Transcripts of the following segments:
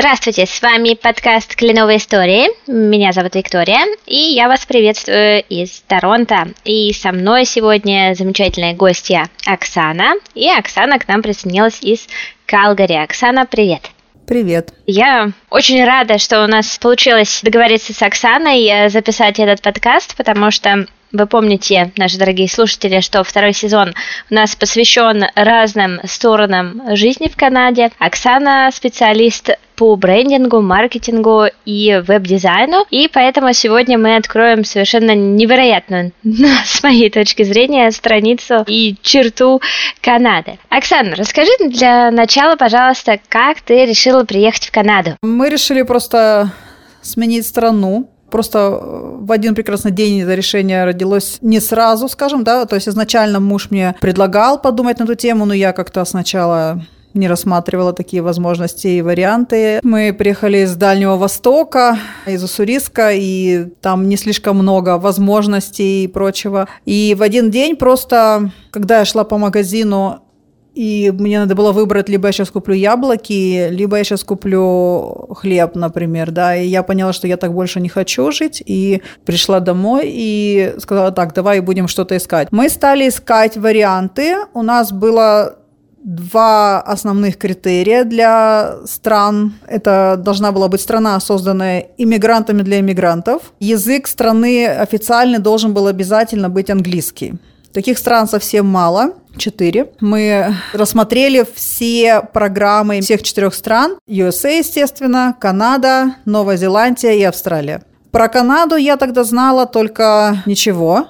Здравствуйте, с вами подкаст «Кленовые истории». Меня зовут Виктория, и я вас приветствую из Торонто. И со мной сегодня замечательная гостья Оксана. И Оксана к нам присоединилась из Калгари. Оксана, привет. Привет. Я очень рада, что у нас получилось договориться с Оксаной записать этот подкаст, потому что вы помните, наши дорогие слушатели, что второй сезон у нас посвящен разным сторонам жизни в Канаде. Оксана специалист по брендингу, маркетингу и веб-дизайну, и поэтому сегодня мы откроем совершенно невероятную, с моей точки зрения, страницу и черту Канады. Оксана, расскажи для начала, пожалуйста, как ты решила приехать в Канаду? Мы решили просто сменить страну. Просто в один прекрасный день это решение родилось не сразу, скажем, да, то есть изначально муж мне предлагал подумать на эту тему, но я как-то сначала не рассматривала такие возможности и варианты. Мы приехали из Дальнего Востока, из Уссурийска, и там не слишком много возможностей и прочего. И в один день просто, когда я шла по магазину, и мне надо было выбрать, либо я сейчас куплю яблоки, либо я сейчас куплю хлеб, например, да, и я поняла, что я так больше не хочу жить, и пришла домой и сказала, так, давай будем что-то искать. Мы стали искать варианты, у нас было два основных критерия для стран. Это должна была быть страна, созданная иммигрантами для иммигрантов. Язык страны официальный должен был обязательно быть английский. Таких стран совсем мало, 4. Мы рассмотрели все программы всех 4 стран. USA, естественно, Канада, Новая Зеландия и Австралия. Про Канаду я тогда знала только ничего.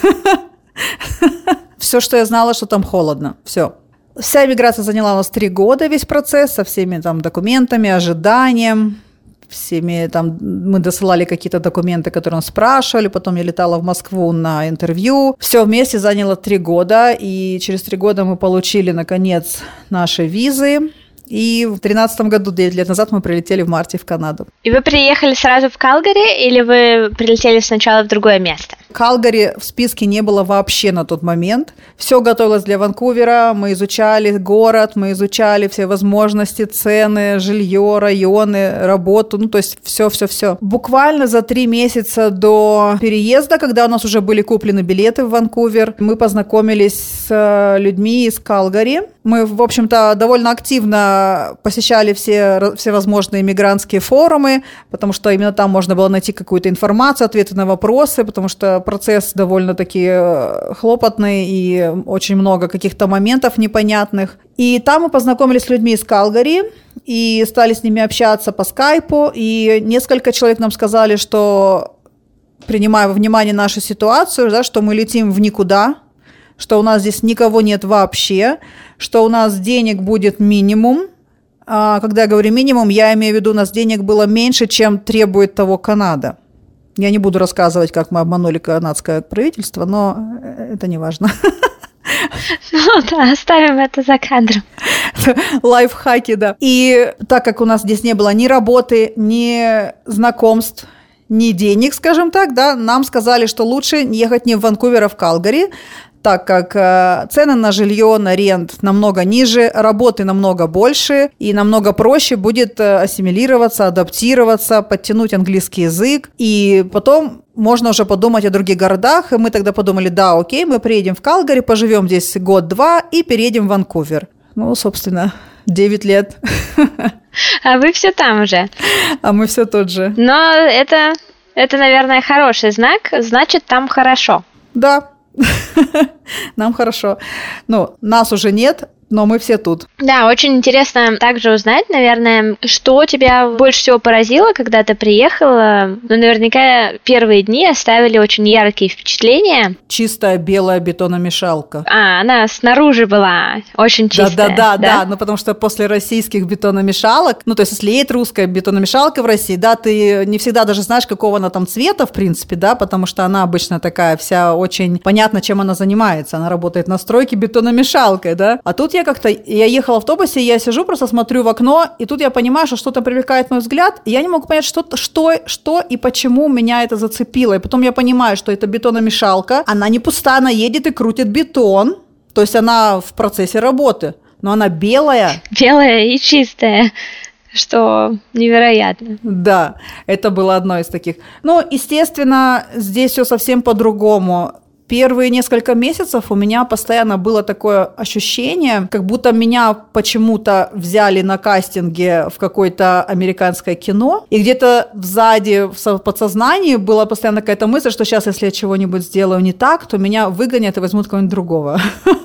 Все, что я знала, что там холодно. Все. Вся иммиграция заняла у нас 3 года, весь процесс, со всеми там документами, ожиданием. Всеми там мы досылали какие-то документы, которые нас спрашивали, потом я летала в Москву на интервью. Все вместе заняло 3 года, и через 3 года мы получили, наконец, наши визы. И в 2013 году, 9 лет назад, мы прилетели в марте в Канаду. И вы приехали сразу в Калгари, или вы прилетели сначала в другое место? Калгари в списке не было вообще на тот момент. Все готовилось для Ванкувера, мы изучали город, мы изучали все возможности, цены, жилье, районы, работу, ну то есть все. Буквально за 3 месяца до переезда, когда у нас уже были куплены билеты в Ванкувер, мы познакомились с людьми из Калгари. Мы, в общем-то, довольно активно посещали все возможные мигрантские форумы, потому что именно там можно было найти какую-то информацию, ответы на вопросы, потому что процесс довольно-таки хлопотный и очень много каких-то моментов непонятных. И там мы познакомились с людьми из Калгари и стали с ними общаться по скайпу, и несколько человек нам сказали, что, принимая во внимание нашу ситуацию, да, что мы летим в никуда, что у нас здесь никого нет вообще, что у нас денег будет минимум. Когда я говорю минимум, я имею в виду, у нас денег было меньше, чем требует того Канада. Я не буду рассказывать, как мы обманули канадское правительство, но это не важно. Ну да, оставим это за кадром. Лайфхаки, да. И так как у нас здесь не было ни работы, ни знакомств, ни денег, скажем так, да, нам сказали, что лучше ехать не в Ванкувер, а в Калгари, так как цены на жилье, на рент намного ниже, работы намного больше, и намного проще будет ассимилироваться, адаптироваться, подтянуть английский язык, и потом можно уже подумать о других городах, и мы тогда подумали, да, окей, мы приедем в Калгари, поживем здесь год-два и переедем в Ванкувер. Ну, собственно, 9 лет. А вы все там же. А мы все тут же. Но это, наверное, хороший знак, значит, там хорошо. Да. Нам хорошо. Ну, нас уже нет, но мы все тут. Да, очень интересно также узнать, наверное, что тебя больше всего поразило, когда ты приехала. Ну, наверняка первые дни оставили очень яркие впечатления. Чистая белая бетономешалка. Она снаружи была очень чистая. Да, ну потому что после российских бетономешалок, ну то есть если есть русская бетономешалка в России, да, ты не всегда даже знаешь, какого она там цвета, в принципе, да, потому что она обычно такая вся очень понятно, чем она занимается. Она работает на стройке бетономешалкой, да. А тут я ехала в автобусе, я сижу, просто смотрю в окно, и тут я понимаю, что что-то привлекает мой взгляд, и я не могу понять, что и почему меня это зацепило. И потом я понимаю, что это бетономешалка, она не пустая, она едет и крутит бетон, то есть она в процессе работы, но она белая. Белая и чистая. что невероятно. Да, это было одно из таких. Ну, естественно, здесь все совсем по-другому. Первые несколько месяцев у меня постоянно было такое ощущение, как будто меня почему-то взяли на кастинге в какое-то американское кино, и где-то сзади в подсознании была постоянно какая-то мысль, что сейчас, если я чего-нибудь сделаю не так, то меня выгонят и возьмут кого-нибудь другого.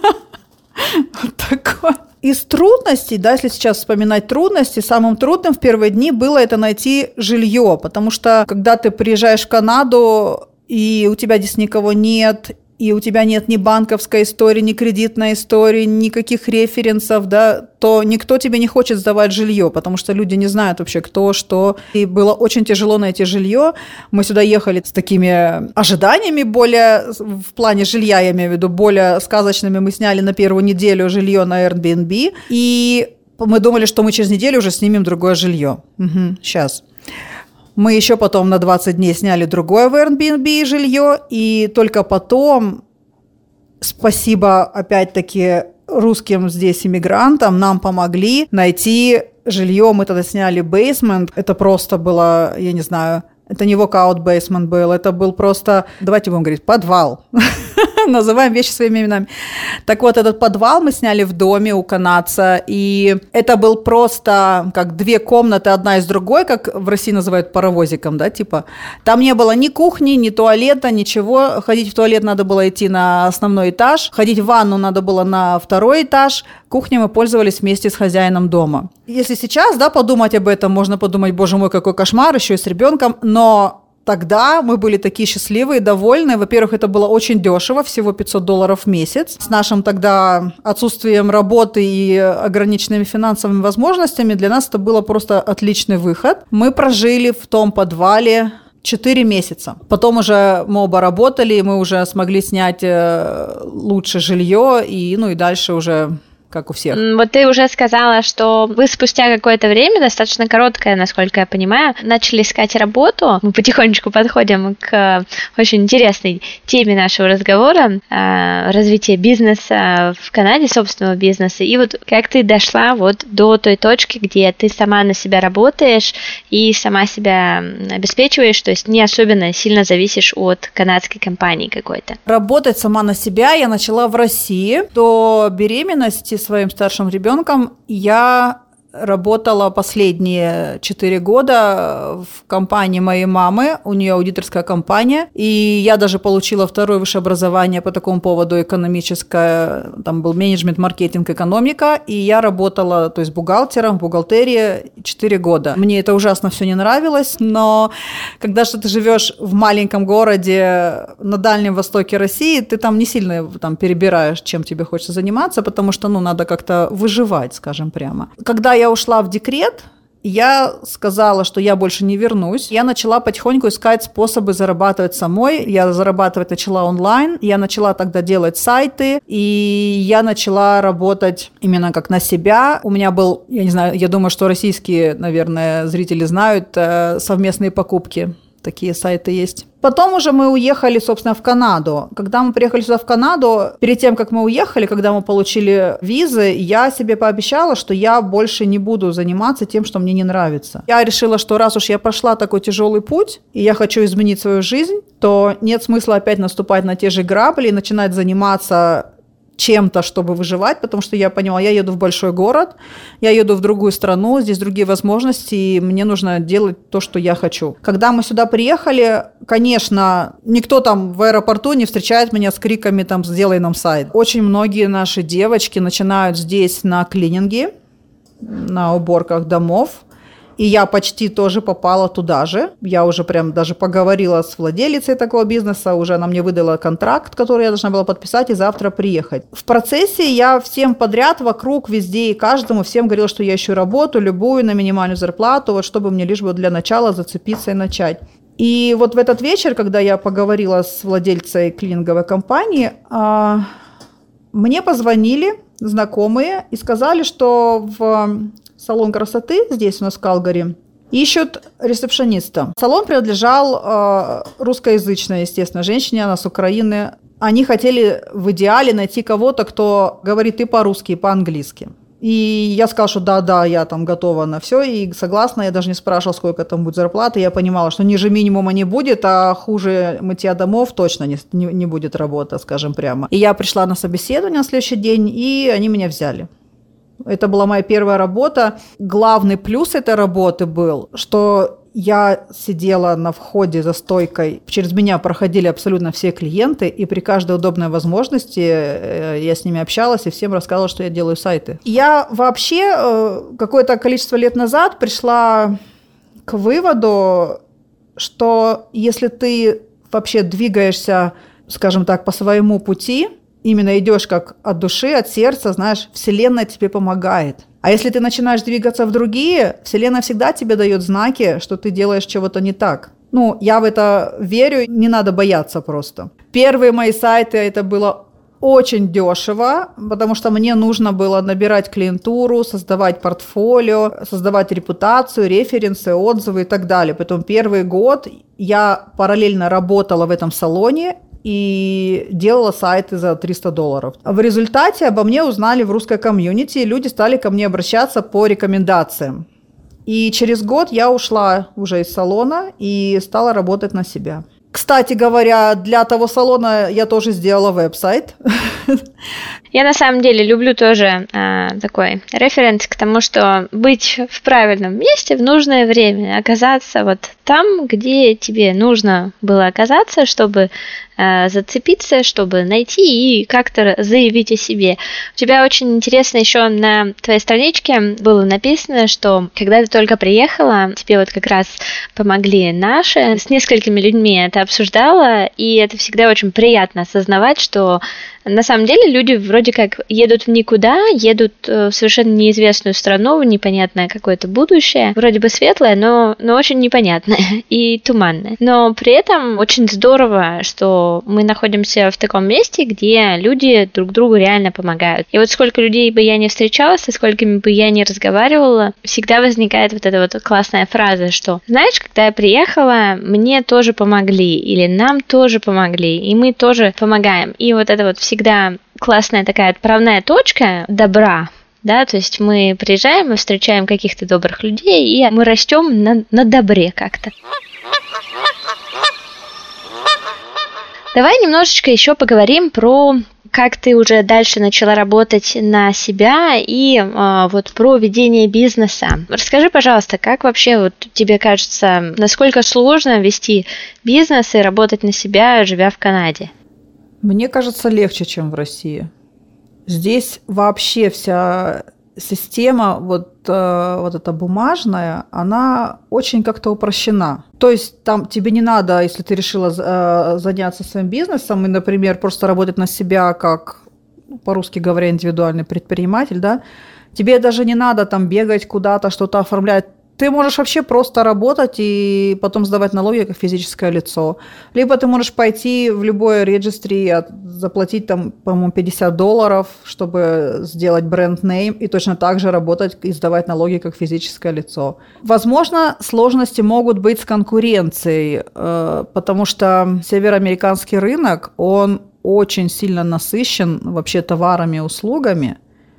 Вот такое. Из трудностей, да, если сейчас вспоминать трудности, самым трудным в первые дни было это найти жилье, потому что когда ты приезжаешь в Канаду, и у тебя здесь никого нет, и у тебя нет ни банковской истории, ни кредитной истории, никаких референсов, да, то никто тебе не хочет сдавать жилье, потому что люди не знают вообще, кто, что. И было очень тяжело найти жилье. Мы сюда ехали с такими ожиданиями более, в плане жилья, я имею в виду, более сказочными. Мы сняли на первую неделю жилье на Airbnb, и мы думали, что мы через неделю уже снимем другое жилье. Сейчас. Мы еще потом на 20 дней сняли другое в Airbnb жилье, и только потом, спасибо опять-таки русским здесь иммигрантам, нам помогли найти жилье. Мы тогда сняли бейсмент. Это просто было, я не знаю, это не walkout бейсмент был, это был просто, давайте будем говорить, подвал. Называем вещи своими именами. Так вот, этот подвал мы сняли в доме у канадца, и это был просто как две комнаты, одна из другой, как в России называют паровозиком, да, типа. Там не было ни кухни, ни туалета, ничего. Ходить в туалет надо было идти на основной этаж, ходить в ванну надо было на второй этаж. Кухней мы пользовались вместе с хозяином дома. Если сейчас, да, подумать об этом, можно подумать, боже мой, какой кошмар, еще и с ребенком, но тогда мы были такие счастливые, довольные. Во-первых, это было очень дешево, всего $500 в месяц. С нашим тогда отсутствием работы и ограниченными финансовыми возможностями для нас это было просто отличный выход. Мы прожили в том подвале 4 месяца. Потом уже мы оба работали, и мы уже смогли снять лучше жилье, и, ну, и дальше уже как у всех. Вот ты уже сказала, что вы спустя какое-то время, достаточно короткое, насколько я понимаю, начали искать работу. Мы потихонечку подходим к очень интересной теме нашего разговора, развитие бизнеса в Канаде, собственного бизнеса. И вот как ты дошла вот до той точки, где ты сама на себя работаешь и сама себя обеспечиваешь, то есть не особенно сильно зависишь от канадской компании какой-то. Работать сама на себя я начала в России. До беременности своим старшим ребенком я работала последние 4 года в компании моей мамы, у нее аудиторская компания, и я даже получила второе высшее образование по такому поводу экономическое, там был менеджмент, маркетинг, экономика, и я работала, то есть бухгалтером в бухгалтерии 4 года. Мне это ужасно все не нравилось, но когда ты живешь в маленьком городе на Дальнем Востоке России, ты там не сильно там перебираешь, чем тебе хочется заниматься, потому что, ну, надо как-то выживать, скажем прямо. Когда я ушла в декрет, я сказала, что я больше не вернусь. Я начала потихоньку искать способы зарабатывать самой. Я зарабатывать начала онлайн. Я начала тогда делать сайты. И я начала работать именно как на себя. У меня был, я не знаю, я думаю, что российские, наверное, зрители знают, совместные покупки. Такие сайты есть. Потом уже мы уехали, собственно, в Канаду. Когда мы приехали сюда, в Канаду, перед тем, как мы уехали, когда мы получили визы, я себе пообещала, что я больше не буду заниматься тем, что мне не нравится. Я решила, что раз уж я прошла такой тяжелый путь, и я хочу изменить свою жизнь, то нет смысла опять наступать на те же грабли и начинать заниматься чем-то, чтобы выживать, потому что я поняла, я еду в большой город, я еду в другую страну, здесь другие возможности, и мне нужно делать то, что я хочу. Когда мы сюда приехали, конечно, никто там в аэропорту не встречает меня с криками там «сделай нам сайт». Очень многие наши девочки начинают здесь на клининге, на уборках домов, и я почти тоже попала туда же. Я уже прям даже поговорила с владелицей такого бизнеса, уже она мне выдала контракт, который я должна была подписать и завтра приехать. В процессе я всем подряд, вокруг, везде и каждому, всем говорила, что я ищу работу, любую, на минимальную зарплату, вот чтобы мне лишь бы для начала зацепиться и начать. И вот в этот вечер, когда я поговорила с владельцей клининговой компании, мне позвонили знакомые и сказали, что в салон красоты здесь у нас в Калгари ищут ресепшениста. Салон принадлежал русскоязычной, естественно, женщине, она с Украины. Они хотели в идеале найти кого-то, кто говорит и по-русски, и по-английски. И я сказала, что да, я там готова на все и согласна. Я даже не спрашивала, сколько там будет зарплаты. Я понимала, что ниже минимума не будет, а хуже мытья домов точно не будет работа, скажем прямо. И я пришла на собеседование на следующий день, и они меня взяли. Это была моя первая работа. Главный плюс этой работы был, что я сидела на входе за стойкой, через меня проходили абсолютно все клиенты, и при каждой удобной возможности я с ними общалась и всем рассказывала, что я делаю сайты. Я вообще какое-то количество лет назад пришла к выводу, что если ты вообще двигаешься, скажем так, по своему пути, именно идешь как от души, от сердца, знаешь, Вселенная тебе помогает. А если ты начинаешь двигаться в другие, Вселенная всегда тебе дает знаки, что ты делаешь чего-то не так. Ну, я в это верю, не надо бояться просто. Первые мои сайты, это было очень дешево, потому что мне нужно было набирать клиентуру, создавать портфолио, создавать репутацию, референсы, отзывы и так далее. Потом первый год я параллельно работала в этом салоне и делала сайты за $300. В результате обо мне узнали в русской комьюнити, и люди стали ко мне обращаться по рекомендациям. И через год я ушла уже из салона и стала работать на себя. Кстати говоря, для того салона я тоже сделала веб-сайт. Я на самом деле люблю тоже такой референс к тому, что быть в правильном месте в нужное время, оказаться вот там, где тебе нужно было оказаться, чтобы зацепиться, чтобы найти и как-то заявить о себе. У тебя очень интересно еще на твоей страничке было написано, что когда ты только приехала, тебе вот как раз помогли наши, с несколькими людьми это обсуждала, и это всегда очень приятно осознавать, что на самом деле люди вроде как едут в никуда, едут в совершенно неизвестную страну, в непонятное какое-то будущее, вроде бы светлое, но очень непонятное и туманное. Но при этом очень здорово, что мы находимся в таком месте, где люди друг другу реально помогают. И вот сколько людей бы я не встречала, со сколькими бы я не разговаривала, всегда возникает вот эта вот классная фраза, что, знаешь, когда я приехала, мне тоже помогли, или нам тоже помогли, и мы тоже помогаем. И вот это вот всегда классная такая отправная точка добра, да, то есть мы приезжаем, мы встречаем каких-то добрых людей, и мы растем на добре как-то. Давай немножечко еще поговорим про как ты уже дальше начала работать на себя и вот про ведение бизнеса. Расскажи, пожалуйста, как вообще вот тебе кажется, насколько сложно вести бизнес и работать на себя, живя в Канаде? Мне кажется, легче, чем в России. Здесь вообще вся система, вот эта бумажная, она очень как-то упрощена. То есть там тебе не надо, если ты решила заняться своим бизнесом и, например, просто работать на себя как, по-русски говоря, индивидуальный предприниматель, да, тебе даже не надо там бегать куда-то, что-то оформлять. Ты можешь вообще просто работать и потом сдавать налоги как физическое лицо. Либо ты можешь пойти в любой регистри, заплатить там, по-моему, $50, чтобы сделать бренд-нейм и точно так же работать и сдавать налоги как физическое лицо. Возможно, сложности могут быть с конкуренцией, потому что североамериканский рынок, он очень сильно насыщен вообще товарами и услугами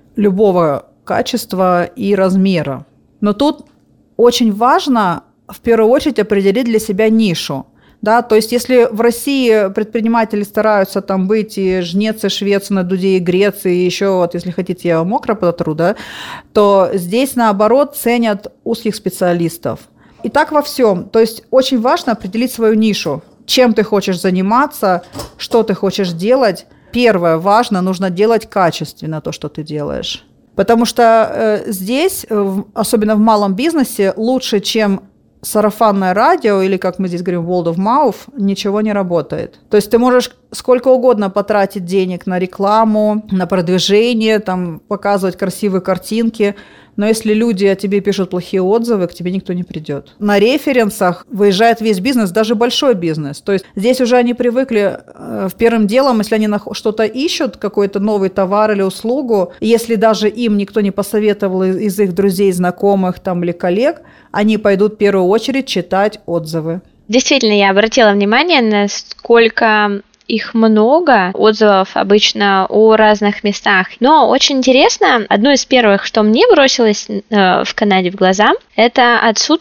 любого качества и размера. Но тут очень важно в первую очередь определить для себя нишу. Да? То есть если в России предприниматели стараются там быть и жнец, и швец, на дуде, и грец, и еще, вот, если хотите, я мокро потру, да, то здесь, наоборот, ценят узких специалистов. И так во всем. То есть очень важно определить свою нишу. Чем ты хочешь заниматься, что ты хочешь делать. Первое, важно, нужно делать качественно то, что ты делаешь. Потому что здесь, особенно в малом бизнесе, лучше, чем сарафанное радио, или, как мы здесь говорим, word of mouth, ничего не работает. То есть ты можешь сколько угодно потратить денег на рекламу, на продвижение, там, показывать красивые картинки, но если люди о тебе пишут плохие отзывы, к тебе никто не придет. На референсах выезжает весь бизнес, даже большой бизнес. То есть здесь уже они привыкли первым делом, если они что-то ищут, какой-то новый товар или услугу, если даже им никто не посоветовал из их друзей, знакомых там, или коллег, они пойдут в первую очередь читать отзывы. Действительно, я обратила внимание, насколько их много, отзывов обычно о разных местах. Но очень интересно, одно из первых, что мне бросилось в Канаде в глаза, это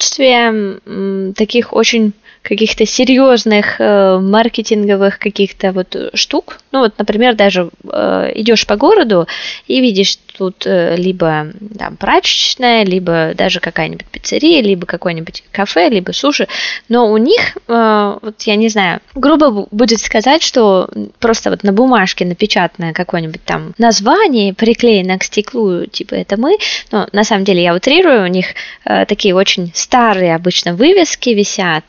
отсутствие таких очень каких-то серьезных маркетинговых каких-то вот штук. Ну вот, например, даже идешь по городу и видишь тут либо там прачечная, либо даже какая-нибудь пиццерия, либо какое-нибудь кафе, либо суши. Но у них, вот я не знаю, грубо будет сказать, что просто вот на бумажке напечатанное какое-нибудь там название, приклеено к стеклу, типа это мы. Но на самом деле я утрирую, у них такие очень старые обычно вывески висят,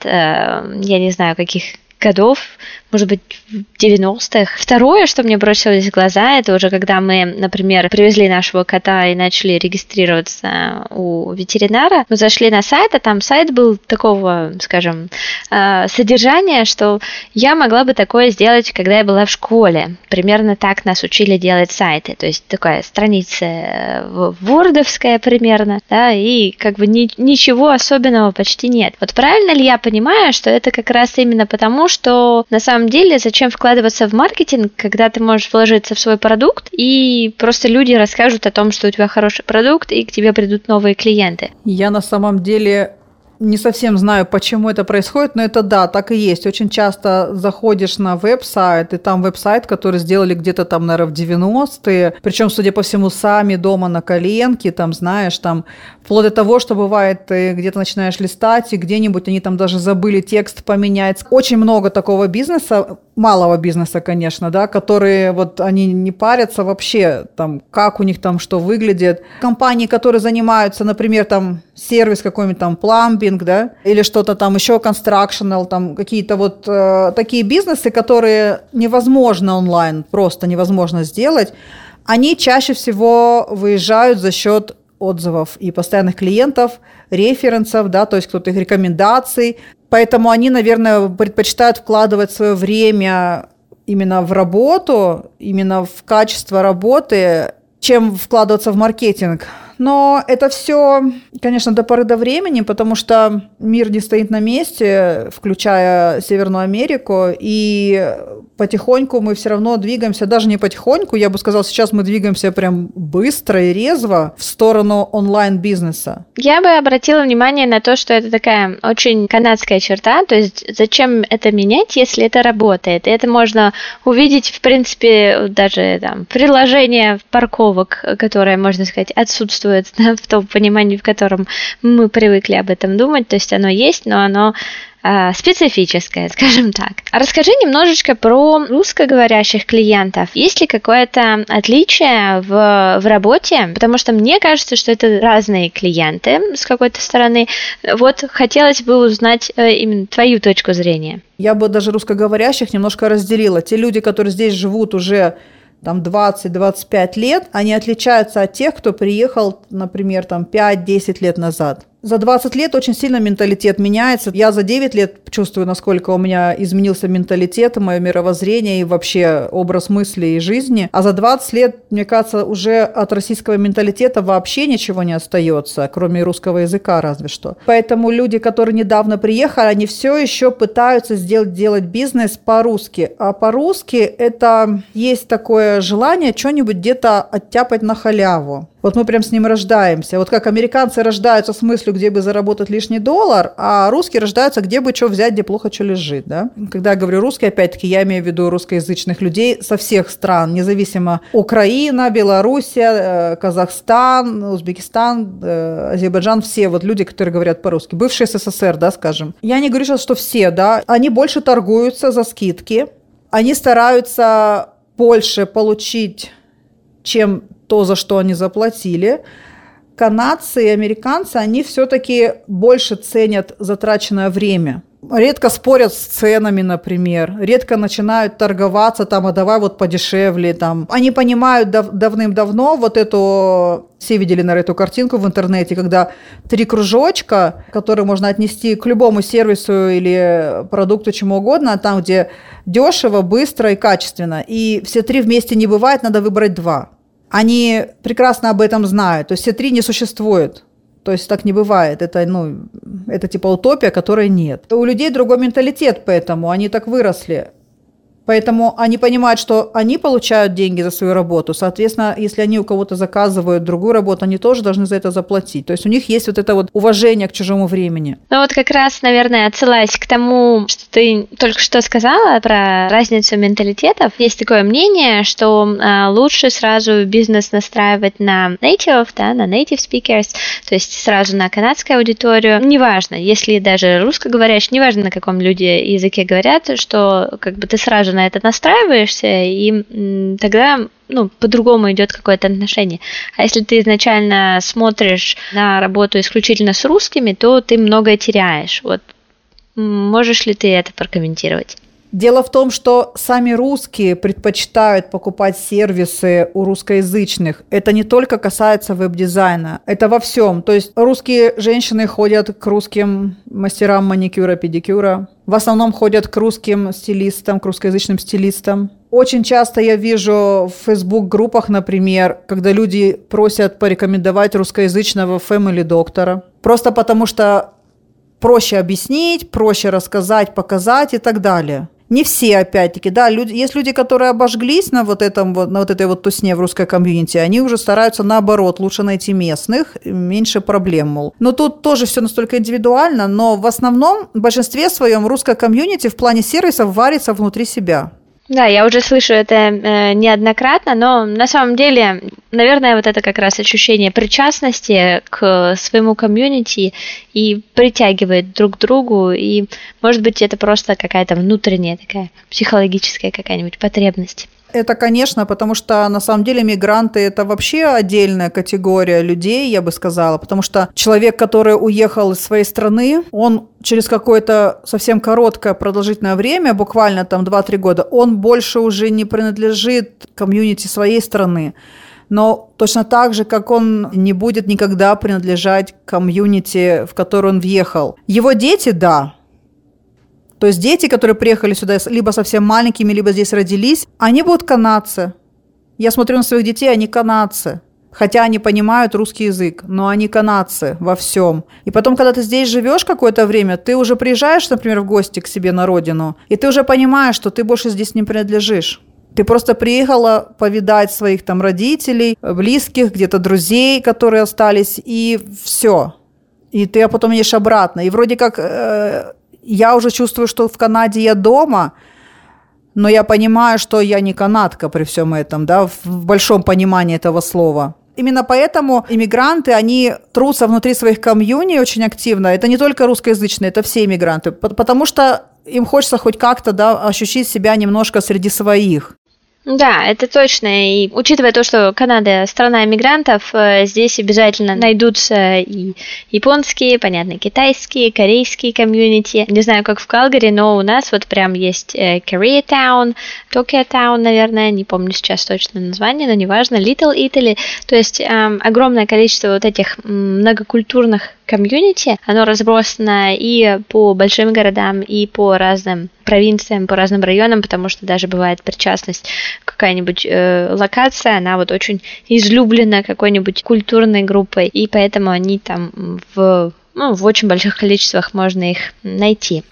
я не знаю, каких годов, может быть, в 90-х. Второе, что мне бросилось в глаза, это уже когда мы, например, привезли нашего кота и начали регистрироваться у ветеринара, мы зашли на сайт, а там сайт был такого, скажем, содержания, что я могла бы такое сделать, когда я была в школе. Примерно так нас учили делать сайты, то есть такая страница вордовская примерно, да, и как бы ничего особенного почти нет. Вот правильно ли я понимаю, что это как раз именно потому, что на самом деле зачем вкладываться в маркетинг, когда ты можешь вложиться в свой продукт, и просто люди расскажут о том, что у тебя хороший продукт, и к тебе придут новые клиенты? Я на самом деле не совсем знаю, почему это происходит, но это да, так и есть. Очень часто заходишь на веб-сайт, и там веб-сайт, который сделали где-то там, наверное, в 90-е, причем, судя по всему, сами дома на коленке, там, знаешь, там, вплоть до того, что бывает, ты где-то начинаешь листать, и где-нибудь они там даже забыли текст поменять. Очень много такого бизнеса, малого бизнеса, конечно, да, которые вот они не парятся вообще, там, как у них там что выглядит. Компании, которые занимаются, например, там, сервис какой-нибудь там, plumbing, да, или что-то там еще, constructional, там, какие-то вот такие бизнесы, которые невозможно онлайн, просто невозможно сделать, они чаще всего выезжают за счет отзывов и постоянных клиентов, референсов, да, то есть кто-то их рекомендаций. Поэтому они, наверное, предпочитают вкладывать свое время именно в работу, именно в качество работы, чем вкладываться в маркетинг. Но это все, конечно, до поры до времени, потому что мир не стоит на месте, включая Северную Америку, и потихоньку мы все равно двигаемся, даже не потихоньку, я бы сказала, сейчас мы двигаемся прям быстро и резво в сторону онлайн-бизнеса. Я бы обратила внимание на то, что это такая очень канадская черта, то есть зачем это менять, если это работает. И это можно увидеть, в принципе, даже там приложение парковок, которое, можно сказать, отсутствует, да, в том понимании, в котором мы привыкли об этом думать, то есть оно есть, но оно специфическое, скажем так. Расскажи немножечко про русскоговорящих клиентов. Есть ли какое-то отличие в работе? Потому что мне кажется, что это разные клиенты с какой-то стороны. Вот хотелось бы узнать именно твою точку зрения. Я бы даже русскоговорящих немножко разделила. Те люди, которые здесь живут уже там 20-25 лет, они отличаются от тех, кто приехал, например, там 5-10 лет назад. За 20 лет очень сильно менталитет меняется. Я за 9 лет чувствую, насколько у меня изменился менталитет, мое мировоззрение и вообще образ мысли и жизни. А за 20 лет, мне кажется, уже от российского менталитета вообще ничего не остается, кроме русского языка разве что. Поэтому люди, которые недавно приехали, они все еще пытаются делать бизнес по-русски. А по-русски это есть такое желание что-нибудь где-то оттяпать на халяву. Вот мы прям с ним рождаемся. Вот как американцы рождаются с мыслью, где бы заработать лишний доллар, а русские рождаются, где бы что взять, где плохо что лежит. Да? Когда я говорю русский, опять-таки, я имею в виду русскоязычных людей со всех стран, независимо Украина, Белоруссия, Казахстан, Узбекистан, Азербайджан, все вот люди, которые говорят по-русски. Бывший СССР, да, скажем. Я не говорю сейчас, что все, да, они больше торгуются за скидки, они стараются больше получить, чем то, за что они заплатили. Канадцы и американцы, они все-таки больше ценят затраченное время. Редко спорят с ценами, например. Редко начинают торговаться, там, а давай вот подешевле. Там. Они понимают давным-давно вот эту... Все видели, наверное, эту картинку в интернете, когда 3 кружочка, которые можно отнести к любому сервису или продукту, чему угодно, там, где дешево, быстро и качественно. И все 3 вместе не бывает, надо выбрать 2. Они прекрасно об этом знают. То есть все 3 не существует. То есть так не бывает. Это типа утопия, которой нет. У людей другой менталитет, поэтому они так выросли. Поэтому они понимают, что они получают деньги за свою работу. Соответственно, если они у кого-то заказывают другую работу, они тоже должны за это заплатить. То есть у них есть вот это вот уважение к чужому времени. Ну вот как раз, наверное, отсылаясь к тому, что ты только что сказала про разницу менталитетов, есть такое мнение, что лучше сразу бизнес настраивать на native, да, на native speakers, то есть сразу на канадскую аудиторию. Неважно, если даже русскоговорящие, неважно, на каком люди языке говорят, что как бы ты сразу на это настраиваешься, и тогда по-другому идет какое-то отношение. А если ты изначально смотришь на работу исключительно с русскими, то ты многое теряешь. Вот можешь ли ты это прокомментировать? Дело в том, что сами русские предпочитают покупать сервисы у русскоязычных. Это не только касается веб-дизайна, это во всем. То есть русские женщины ходят к русским мастерам маникюра, педикюра. В основном ходят к русским стилистам, к русскоязычным стилистам. Очень часто я вижу в Facebook-группах, например, когда люди просят порекомендовать русскоязычного family-доктора. Просто потому что проще объяснить, проще рассказать, показать и так далее. Не все, опять-таки, да, есть люди, которые обожглись на вот этой вот тусне в русской комьюнити, они уже стараются наоборот, лучше найти местных, меньше проблем, мол. Но тут тоже все настолько индивидуально, но в основном, в большинстве своем, русская комьюнити в плане сервисов варится внутри себя. Да, я уже слышу это неоднократно, но на самом деле, наверное, вот это как раз ощущение причастности к своему комьюнити и притягивает друг к другу, и, может быть, это просто какая-то внутренняя такая психологическая какая-нибудь потребность. Это, конечно, потому что на самом деле мигранты – это вообще отдельная категория людей, я бы сказала, потому что человек, который уехал из своей страны, он через какое-то совсем короткое продолжительное время, буквально там 2-3 года, он больше уже не принадлежит комьюнити своей страны. Но точно так же, как он не будет никогда принадлежать комьюнити, в который он въехал. Его дети – да. То есть дети, которые приехали сюда либо совсем маленькими, либо здесь родились, они будут канадцы. Я смотрю на своих детей, они канадцы. Хотя они понимают русский язык, но они канадцы во всем. И потом, когда ты здесь живешь какое-то время, ты уже приезжаешь, например, в гости к себе на родину, и ты уже понимаешь, что ты больше здесь не принадлежишь. Ты просто приехала повидать своих там родителей, близких, где-то друзей, которые остались, и все. И ты потом едешь обратно. И вроде как... Я уже чувствую, что в Канаде я дома, но я понимаю, что я не канадка при всем этом, да, в большом понимании этого слова. Именно поэтому иммигранты, они трутся внутри своих комьюни очень активно. Это не только русскоязычные, это все иммигранты, потому что им хочется хоть как-то, да, ощутить себя немножко среди своих. Да, это точно. И учитывая то, что Канада страна иммигрантов, здесь обязательно найдутся и японские, понятно, китайские, корейские комьюнити. Не знаю, как в Калгари, но у нас вот прям есть Koreatown, Tokyo-Town, наверное, не помню сейчас точно название, но неважно, Little Italy. То есть огромное количество вот этих многокультурных комьюнити, оно разбросано и по большим городам, и по разным провинциям, по разным районам, потому что даже бывает причастность, какая-нибудь локация, она вот очень излюблена какой-нибудь культурной группой, и поэтому они там в очень больших количествах можно их найти.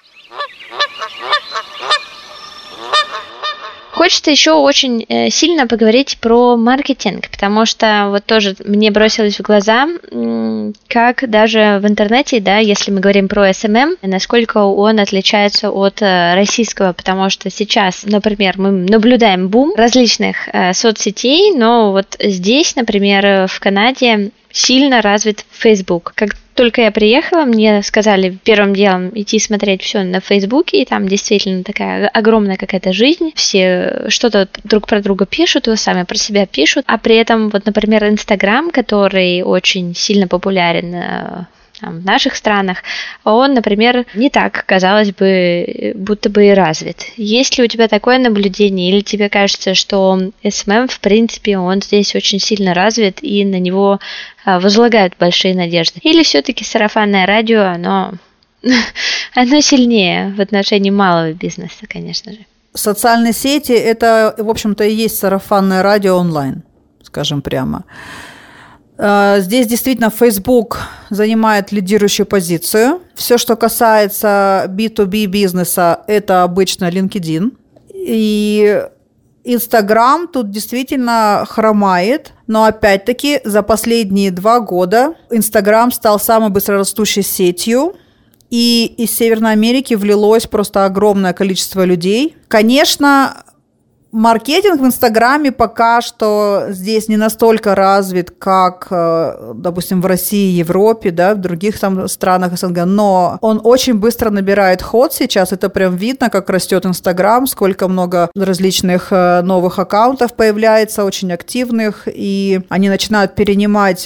Хочется еще очень сильно поговорить про маркетинг, потому что вот тоже мне бросилось в глаза, как даже в интернете, да, если мы говорим про SMM, насколько он отличается от российского, потому что сейчас, например, мы наблюдаем бум различных соцсетей, но вот здесь, например, в Канаде сильно развит Facebook. Как только я приехала, мне сказали первым делом идти смотреть все на Фейсбуке, и там действительно такая огромная какая-то жизнь, все что-то друг про друга пишут, и сами про себя пишут, а при этом, вот, например, Инстаграм, который очень сильно популярен в наших странах, он, например, не так, казалось бы, будто бы и развит. Есть ли у тебя такое наблюдение, или тебе кажется, что SMM, в принципе, он здесь очень сильно развит, и на него возлагают большие надежды? Или все-таки сарафанное радио, оно сильнее в отношении малого бизнеса, конечно же? Социальные сети – это, в общем-то, и есть сарафанное радио онлайн, скажем прямо. Здесь действительно Facebook занимает лидирующую позицию. Все, что касается B2B бизнеса, это обычно LinkedIn. И Инстаграм тут действительно хромает, но опять-таки за последние 2 года Инстаграм стал самой быстрорастущей сетью, и из Северной Америки влилось просто огромное количество людей. Конечно, маркетинг в Инстаграме пока что здесь не настолько развит, как, допустим, в России, Европе, да, в других там странах СНГ, но он очень быстро набирает ход сейчас. Это прям видно, как растет Инстаграм, сколько много различных новых аккаунтов появляется, очень активных, и они начинают перенимать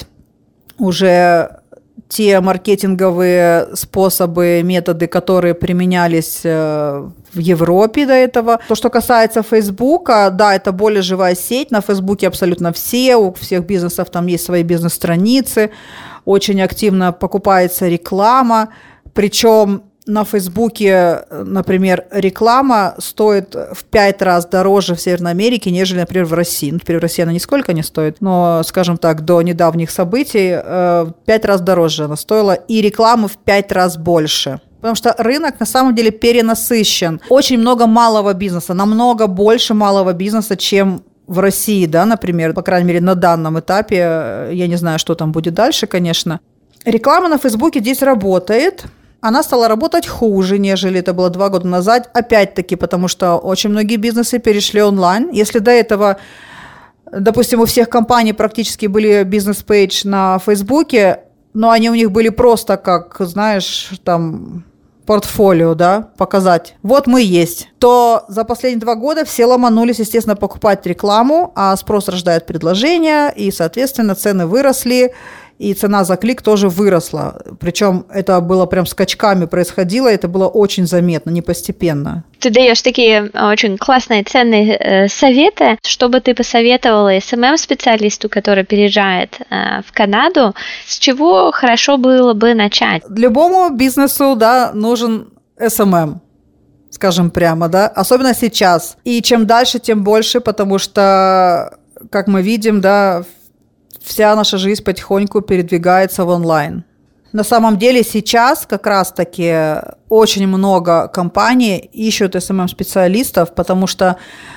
уже те маркетинговые способы, методы, которые применялись в Европе до этого. То, что касается Фейсбука, да, это более живая сеть. На Фейсбуке абсолютно все, у всех бизнесов там есть свои бизнес-страницы. Очень активно покупается реклама. Причем на Фейсбуке, например, реклама стоит в 5 раз дороже в Северной Америке, нежели, например, в России. Ну, теперь в России она нисколько не стоит, но, скажем так, до недавних событий в 5 раз дороже она стоила, и рекламы в 5 раз больше. Потому что рынок на самом деле перенасыщен. Очень много малого бизнеса, намного больше малого бизнеса, чем в России, да, например, по крайней мере, на данном этапе. Я не знаю, что там будет дальше, конечно. Реклама на Фейсбуке здесь работает. Она стала работать хуже, нежели это было 2 года назад. Опять-таки, потому что очень многие бизнесы перешли онлайн. Если до этого, допустим, у всех компаний практически были бизнес-пейдж на Фейсбуке, но они у них были просто как, знаешь, там, портфолио, да, показать. Вот мы есть. То за последние 2 года все ломанулись, естественно, покупать рекламу, а спрос рождает предложение, и, соответственно, цены выросли, и цена за клик тоже выросла. Причем это было прям скачками происходило, это было очень заметно, не постепенно. Ты даешь такие очень классные, ценные советы. Что бы ты посоветовала СММ-специалисту, который переезжает в Канаду, с чего хорошо было бы начать? Любому бизнесу, да, нужен СММ. Скажем прямо, да, особенно сейчас. И чем дальше, тем больше, потому что, как мы видим, да, вся наша жизнь потихоньку передвигается в онлайн. На самом деле сейчас как раз-таки очень много компаний ищут SMM-специалистов, потому что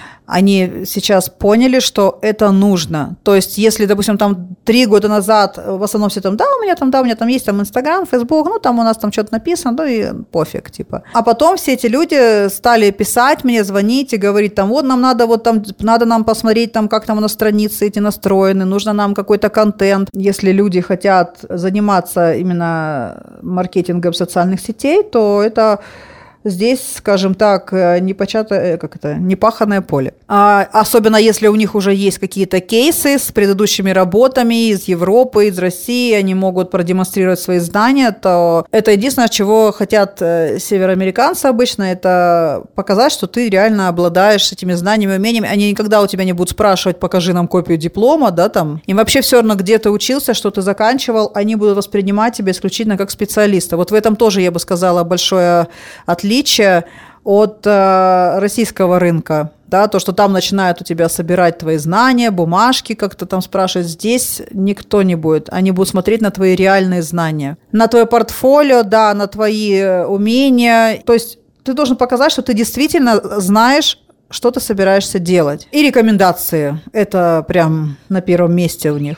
они сейчас поняли, что это нужно. То есть, если, допустим, там 3 года назад в основном все там, у меня там есть там Инстаграм, Фейсбук, ну, там у нас там что-то написано, ну, и пофиг, типа. А потом все эти люди стали писать мне, звонить и говорить, там, вот нам надо, вот там, надо нам посмотреть, там, как там у нас страницы эти настроены, нужно нам какой-то контент. Если люди хотят заниматься именно маркетингом социальных сетей, то это... Здесь, скажем так, непаханное поле. Особенно если у них уже есть какие-то кейсы с предыдущими работами из Европы, из России, они могут продемонстрировать свои знания, то это единственное, чего хотят североамериканцы обычно, это показать, что ты реально обладаешь этими знаниями, умениями. Они никогда у тебя не будут спрашивать, покажи нам копию диплома, да, там. Им вообще все равно, где ты учился, что ты заканчивал, они будут воспринимать тебя исключительно как специалиста. Вот в этом тоже, я бы сказала, большое отличие от российского рынка, да, то, что там начинают у тебя собирать твои знания, бумажки, как-то там спрашивать, здесь никто не будет, они будут смотреть на твои реальные знания, на твое портфолио, да, на твои умения, то есть ты должен показать, что ты действительно знаешь, что ты собираешься делать. И рекомендации, это прям на первом месте у них.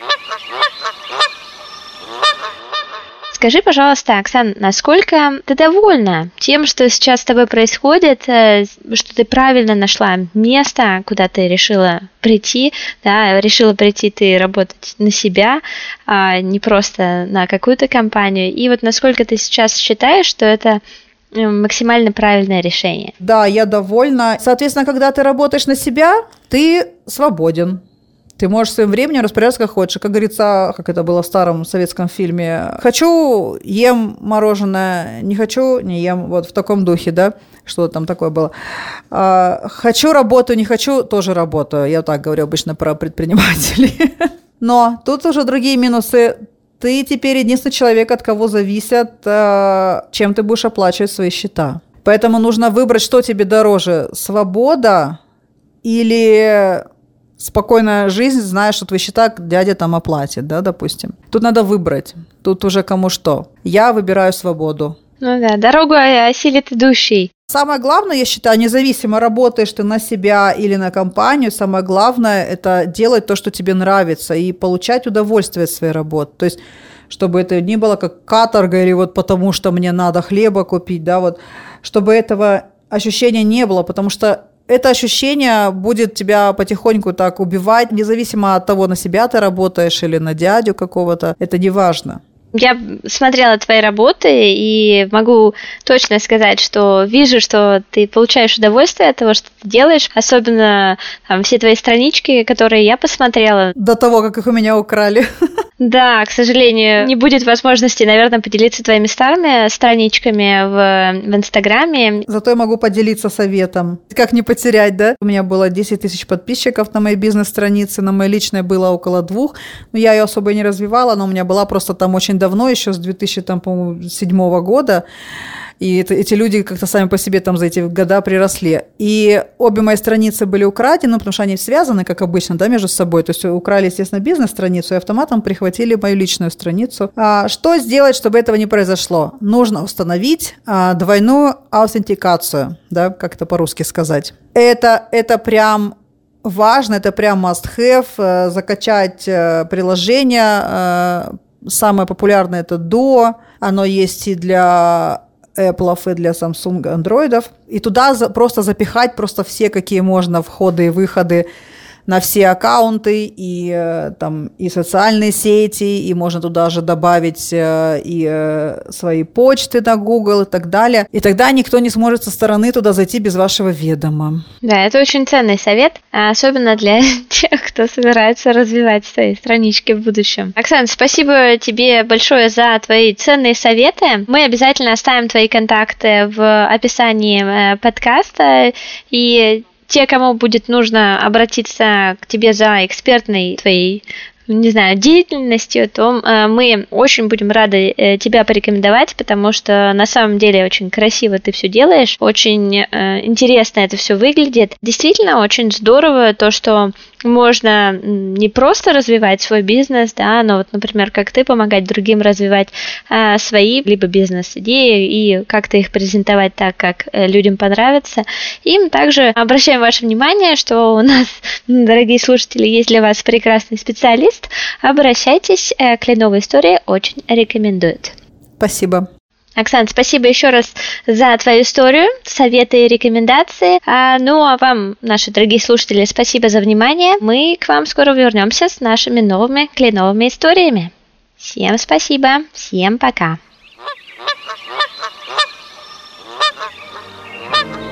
Скажи, пожалуйста, Оксана, насколько ты довольна тем, что сейчас с тобой происходит, что ты правильно нашла место, куда ты решила прийти, да, решила прийти ты работать на себя, а не просто на какую-то компанию, и вот насколько ты сейчас считаешь, что это максимально правильное решение? Да, я довольна. Соответственно, когда ты работаешь на себя, ты свободен. Ты можешь своим временем распоряжаться как хочешь. Как говорится, как это было в старом советском фильме, хочу, ем мороженое, не хочу, не ем. Вот в таком духе, да, что там такое было. Хочу, работаю, не хочу, тоже работаю. Я так говорю обычно про предпринимателей. Но тут уже другие минусы. Ты теперь единственный человек, от кого зависит, чем ты будешь оплачивать свои счета. Поэтому нужно выбрать, что тебе дороже, свобода или... спокойная жизнь, зная, что твои счета дядя там оплатит, да, допустим. Тут надо выбрать. Тут уже кому что. Я выбираю свободу. Ну да, дорогу осилит идущий. Самое главное, я считаю, независимо, работаешь ты на себя или на компанию, самое главное – это делать то, что тебе нравится, и получать удовольствие от своей работы. То есть, чтобы это не было как каторга или вот потому, что мне надо хлеба купить, да, вот, чтобы этого ощущения не было, потому что это ощущение будет тебя потихоньку так убивать, независимо от того, на себя ты работаешь или на дядю какого-то, это не важно. Я смотрела твои работы и могу точно сказать, что вижу, что ты получаешь удовольствие от того, что ты делаешь, особенно там, все твои странички, которые я посмотрела. До того, как их у меня украли. Да, к сожалению, не будет возможности, наверное, поделиться твоими старыми страничками в Инстаграме. Зато я могу поделиться советом. Как не потерять, да? У меня было 10 тысяч подписчиков на моей бизнес-странице, на моей личной было около 2. Но я ее особо и не развивала, но у меня была просто там очень давно, еще с 2007 года. И эти люди как-то сами по себе там за эти года приросли. И обе мои страницы были украдены, потому что они связаны, как обычно, да, между собой. То есть украли, естественно, бизнес-страницу и автоматом прихватили мою личную страницу. Что сделать, чтобы этого не произошло? Нужно установить двойную аутентикацию, да, как это по-русски сказать. Это прям важно, это прям must-have, закачать приложение. Самое популярное – это Duo. Оно есть и для Apple, и для Samsung, Android. И туда просто запихать просто все, какие можно, входы и выходы на все аккаунты, и социальные сети, и можно туда же добавить и свои почты на Google и так далее. И тогда никто не сможет со стороны туда зайти без вашего ведома. Да, это очень ценный совет, особенно для тех, кто собирается развивать свои странички в будущем. Оксана, спасибо тебе большое за твои ценные советы. Мы обязательно оставим твои контакты в описании подкаста, и те, кому будет нужно обратиться к тебе за экспертной твоей, не знаю, деятельностью, то мы очень будем рады тебя порекомендовать, потому что на самом деле очень красиво ты все делаешь, очень интересно это все выглядит. Действительно, очень здорово то, что можно не просто развивать свой бизнес, да, но вот, например, как ты, помогать другим развивать свои либо бизнес-идеи и как-то их презентовать так, как людям понравится. И мы также обращаем ваше внимание, что у нас, дорогие слушатели, есть для вас прекрасный специалист. Обращайтесь, Кленовая история очень рекомендует. Спасибо. Оксана, спасибо еще раз за твою историю, советы и рекомендации. Ну а вам, наши дорогие слушатели, спасибо за внимание. Мы к вам скоро вернемся с нашими новыми кленовыми историями. Всем спасибо, всем пока.